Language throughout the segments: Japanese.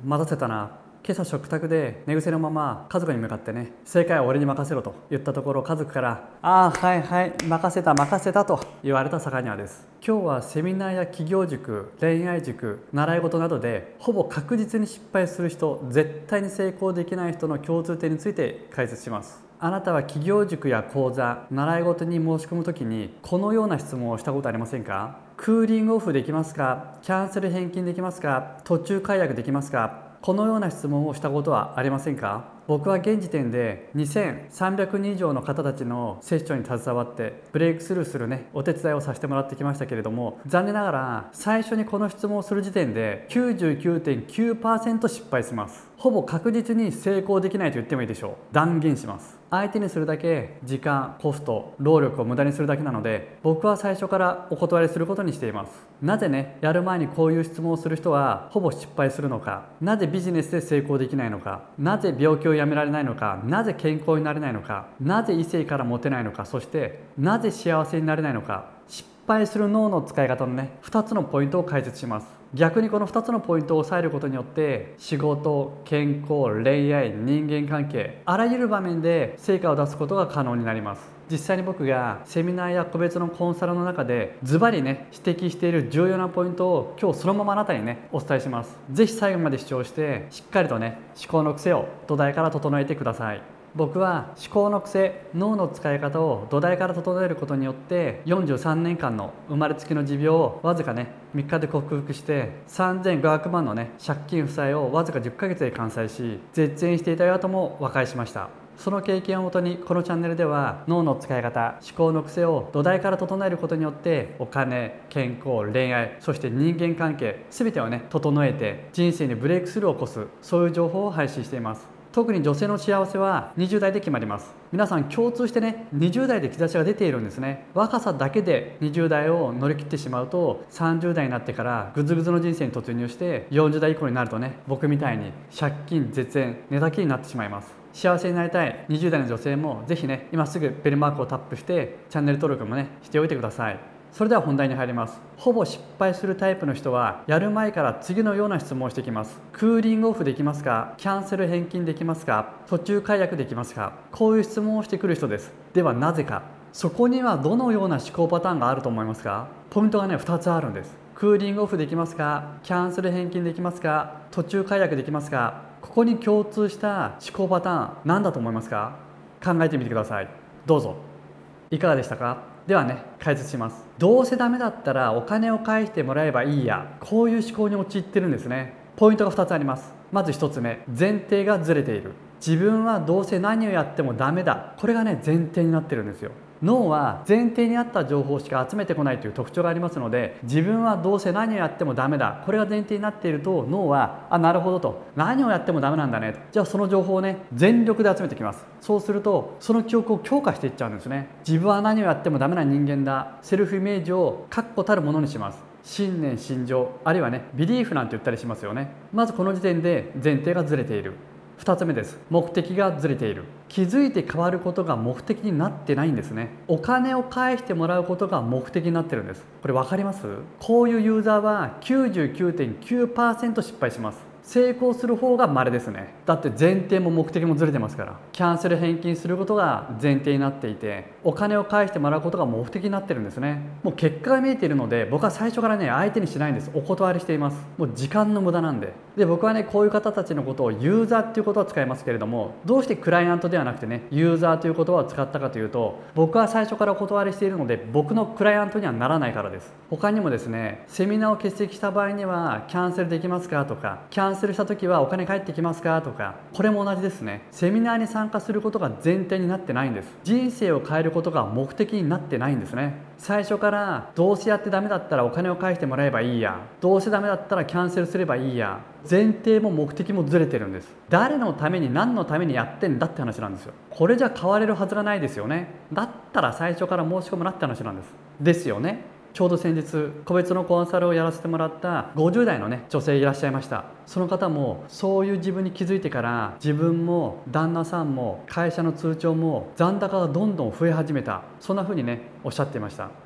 待たせたな。今朝食卓で寝癖のまま家族に向かってね、正解は俺に任せろと言ったところ、家族からああはいはい任せた任せたと言われた坂庭です。今日はセミナーや企業塾、恋愛塾、習い事などでほぼ確実に失敗する人、絶対に成功できない人の共通点について解説します。あなたは企業塾や講座、習い事に申し込むときにこのような質問をしたことありませんか？クーリングオフできますか？キャンセル返金できますか？途中解約できますか？このような質問をしたことはありませんか？僕は現時点で2300人以上の方たちのセッションに携わってブレイクスルーするねお手伝いをさせてもらってきましたけれども、残念ながら最初にこの質問をする時点で 99.9% 失敗します。ほぼ確実に成功できないと言ってもいいでしょう。断言します。相手にするだけ時間、コスト、労力を無駄にするだけなので、僕は最初からお断りすることにしています。なぜね、やる前にこういう質問をする人はほぼ失敗するのか、なぜビジネスで成功できないのか、なぜ病気をやめられないのか、なぜ健康になれないのか、なぜ異性からモテないのか、そしてなぜ幸せになれないのか、失敗する脳の使い方のね2つのポイントを解説します。逆にこの2つのポイントを押さえることによって仕事、健康、恋愛、人間関係、あらゆる場面で成果を出すことが可能になります。実際に僕がセミナーや個別のコンサルの中でズバリね指摘している重要なポイントを今日そのままあなたにねお伝えします。ぜひ最後まで視聴してしっかりとね思考の癖を土台から整えてください。僕は思考の癖、脳の使い方を土台から整えることによって43年間の生まれつきの持病をわずかね3日で克服して3500万のね借金負債をわずか10ヶ月で完済し、絶縁していた親とも和解しました。その経験をもとにこのチャンネルでは脳の使い方、思考の癖を土台から整えることによってお金、健康、恋愛、そして人間関係全てをね整えて人生にブレイクスルーを起こす、そういう情報を配信しています。特に女性の幸せは20代で決まります。皆さん共通してね20代で兆しが出ているんですね。若さだけで20代を乗り切ってしまうと30代になってからグズグズの人生に突入して40代以降になるとね僕みたいに借金、絶縁、寝たきりになってしまいます。幸せになりたい20代の女性もぜひね今すぐベルマークをタップしてチャンネル登録もねしておいてください。それでは本題に入ります。ほぼ失敗するタイプの人はやる前から次のような質問をしてきます。クーリングオフできますか？キャンセル返金できますか？途中解約できますか？こういう質問をしてくる人です。ではなぜか、そこにはどのような思考パターンがあると思いますか？ポイントがね2つあるんです。クーリングオフできますか？キャンセル返金できますか？途中解約できますか？ここに共通した思考パターン何だと思いますか？考えてみてください。どうぞ。いかがでしたか？ではね解説します。どうせダメだったらお金を返してもらえばいいや、こういう思考に陥ってるんですね。ポイントが2つあります。まず1つ目、前提がずれている。自分はどうせ何をやってもダメだ、これがね前提になってるんですよ。脳は前提にあった情報しか集めてこないという特徴がありますので、自分はどうせ何をやってもダメだ、これが前提になっていると脳はなるほどと、何をやってもダメなんだねと、じゃあその情報をね全力で集めてきます。そうするとその記憶を強化していっちゃうんですね。自分は何をやってもダメな人間だ、セルフイメージを確固たるものにします。信念、信条、あるいはねビリーフなんて言ったりしますよね。まずこの時点で前提がずれている。2つ目です。目的がずれている。気づいて変わることが目的になってないんですね。お金を返してもらうことが目的になってるんです。これ分かります？こういうユーザーは 99.9% 失敗します。成功する方が稀ですね。だって前提も目的もずれてますから。キャンセル返金することが前提になっていて、お金を返してもらうことが目的になってるんですね。もう結果が見えているので僕は最初からね相手にしないんです。お断りしています。もう時間の無駄なんで。僕はねこういう方たちのことをユーザーっていうことは使いますけれども、どうしてクライアントではなくてねユーザーという言葉を使ったかというと、僕は最初からお断りしているので僕のクライアントにはならないからです。他にもですね、セミナーを欠席した場合にはキャンセルできますかとか、キャンセルした時はお金返ってきますかとか、これも同じですね。セミナーに参加することが前提になってないんです。人生を変えることが目的になってないんですね。最初からどうせやってダメだったらお金を返してもらえばいいや、どうせダメだったらキャンセルすればいいや、前提も目的もずれてるんです。誰のために何のためにやってんだって話なんですよ。これじゃ変われるはずがないですよね。だったら最初から申し込むなって話なんですよね。ちょうど先日個別のコンサルをやらせてもらった50代のね女性いらっしゃいました。その方もそういう自分に気づいてから自分も旦那さんも会社の通帳も残高がどんどん増え始めた、そんな風にねおっしゃっていました。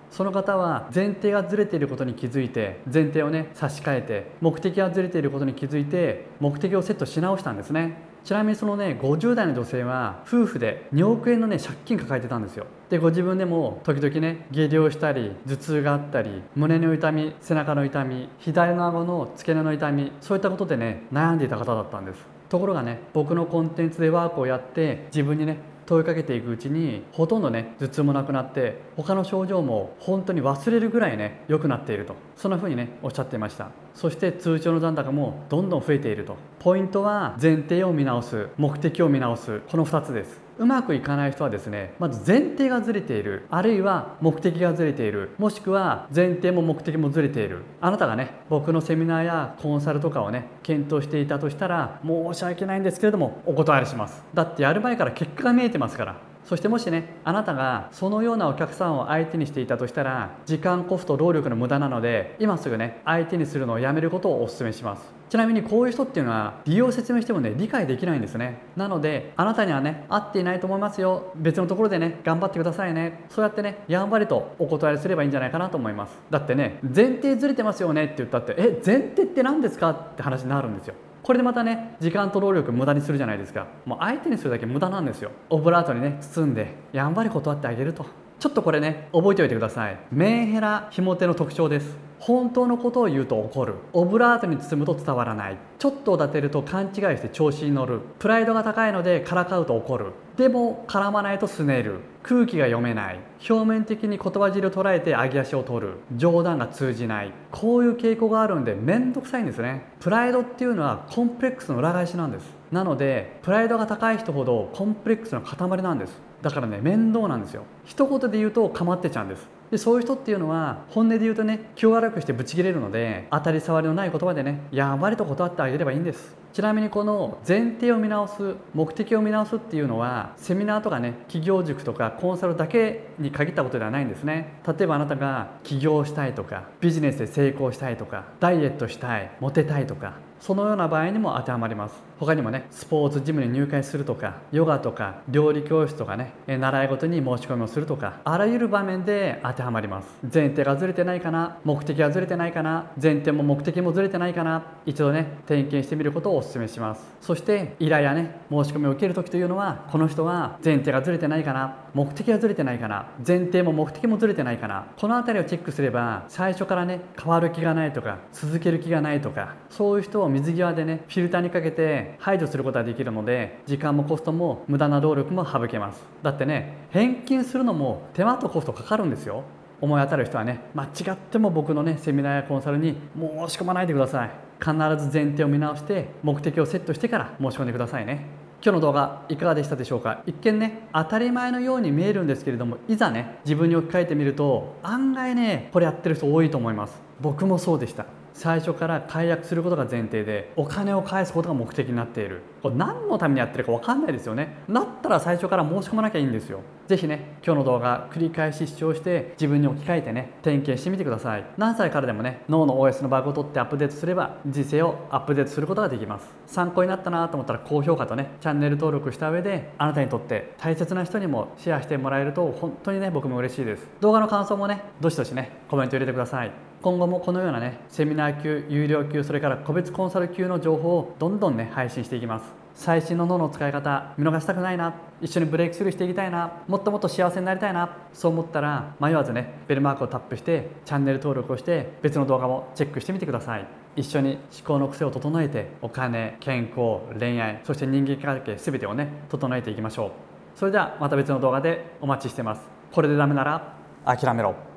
その方は前提がずれていることに気づいて、前提をね差し替えて、目的がずれていることに気づいて目的をセットし直したんですね。ちなみにそのね50代の女性は夫婦で2億円のね借金抱えてたんですよ。でご自分でも時々ね下痢したり頭痛があったり、胸の痛み、背中の痛み、左の顎の付け根の痛み、そういったことでね悩んでいた方だったんです。ところがね、僕のコンテンツでワークをやって自分にね問いかけていくうちに、ほとんどね頭痛もなくなって、他の症状も本当に忘れるぐらいね良くなっていると、そんな風にねおっしゃっていました。そして通帳の残高もどんどん増えていると。ポイントは前提を見直す、目的を見直す、この2つです。うまくいかない人はですね、まず前提がずれている、あるいは目的がずれている、もしくは前提も目的もずれている。あなたがね僕のセミナーやコンサルとかをね検討していたとしたら、申し訳ないんですけれどもお断りします。だってやる前から結果が見えてますから。そしてもしねあなたがそのようなお客さんを相手にしていたとしたら、時間コスト労力の無駄なので、今すぐね相手にするのをやめることをお勧めします。ちなみにこういう人っていうのは理由を説明してもね理解できないんですね。なのであなたにはね合っていないと思いますよ、別のところでね頑張ってくださいね、そうやってねやんわりとお断りすればいいんじゃないかなと思います。だってね前提ずれてますよねって言ったって、前提って何ですかって話になるんですよ。これでまたね時間と労力無駄にするじゃないですか。もう相手にするだけ無駄なんですよ。オブラートにね包んでやんわり断ってあげると。ちょっとこれね覚えておいてください。メンヘラひも手の特徴です。本当のことを言うと怒る、オブラートに包むと伝わらない、ちょっとおだてると勘違いして調子に乗る、プライドが高いのでからかうと怒る、でも絡まないとすねる、空気が読めない、表面的に言葉尻を捉えて上げ足を取る、冗談が通じない、こういう傾向があるんで面倒くさいんですね。プライドっていうのはコンプレックスの裏返しなんです。なのでプライドが高い人ほどコンプレックスの塊なんです。だからね面倒なんですよ。一言で言うと構ってちゃうんです。でそういう人っていうのは本音で言うとね気を悪くしてブチ切れるので、当たり障りのない言葉でねやんわりと断ってあげればいいんです。ちなみにこの前提を見直す、目的を見直すっていうのはセミナーとかね企業塾とかコンサルだけに限ったことではないんですね。例えばあなたが起業したいとか、ビジネスで成功したいとか、ダイエットしたい、モテたいとか、そのような場合にも当てはまります。他にもねスポーツジムに入会するとか、ヨガとか料理教室とかね習い事に申し込みをするとか、あらゆる場面で当てはまります。前提がずれてないかな、目的がずれてないかな、前提も目的もずれてないかな、一度ね点検してみることをお勧めします。そして依頼やね申し込みを受ける時というのは、この人は前提がずれてないかな、目的がずれてないかな、前提も目的もずれてないかな、この辺りをチェックすれば最初からね変わる気がないとか続ける気がないとか、そういう人を水際でねフィルターにかけて排除することができるので、時間もコストも無駄な労力も省けます。だってね返金するのも手間とコストかかるんですよ。思い当たる人はね間違っても僕のねセミナーやコンサルに申し込まないでください。必ず前提を見直して目的をセットしてから申し込んでくださいね。今日の動画いかがでしたでしょうか。一見ね当たり前のように見えるんですけれども、いざね自分に置き換えてみると案外ねこれやってる人多いと思います。僕もそうでした。最初から解約することが前提でお金を返すことが目的になっている。これ何のためにやってるか分かんないですよね。だったら最初から申し込まなきゃいいんですよ。ぜひね今日の動画繰り返し視聴して自分に置き換えてね点検してみてください。何歳からでもね脳の OS のバグを取ってアップデートすれば人生をアップデートすることができます。参考になったなと思ったら高評価とねチャンネル登録した上で、あなたにとって大切な人にもシェアしてもらえると本当にね僕も嬉しいです。動画の感想もねどしどしねコメント入れてください。今後もこのようなねセミナー級、有料級、それから個別コンサル級の情報をどんどんね配信していきます。最新の脳の使い方見逃したくないな、一緒にブレイクスルーしていきたいな、もっともっと幸せになりたいな、そう思ったら迷わずねベルマークをタップしてチャンネル登録をして別の動画もチェックしてみてください。一緒に思考の癖を整えてお金、健康、恋愛、そして人間関係全てをね整えていきましょう。それではまた別の動画でお待ちしています。これでダメなら諦めろ。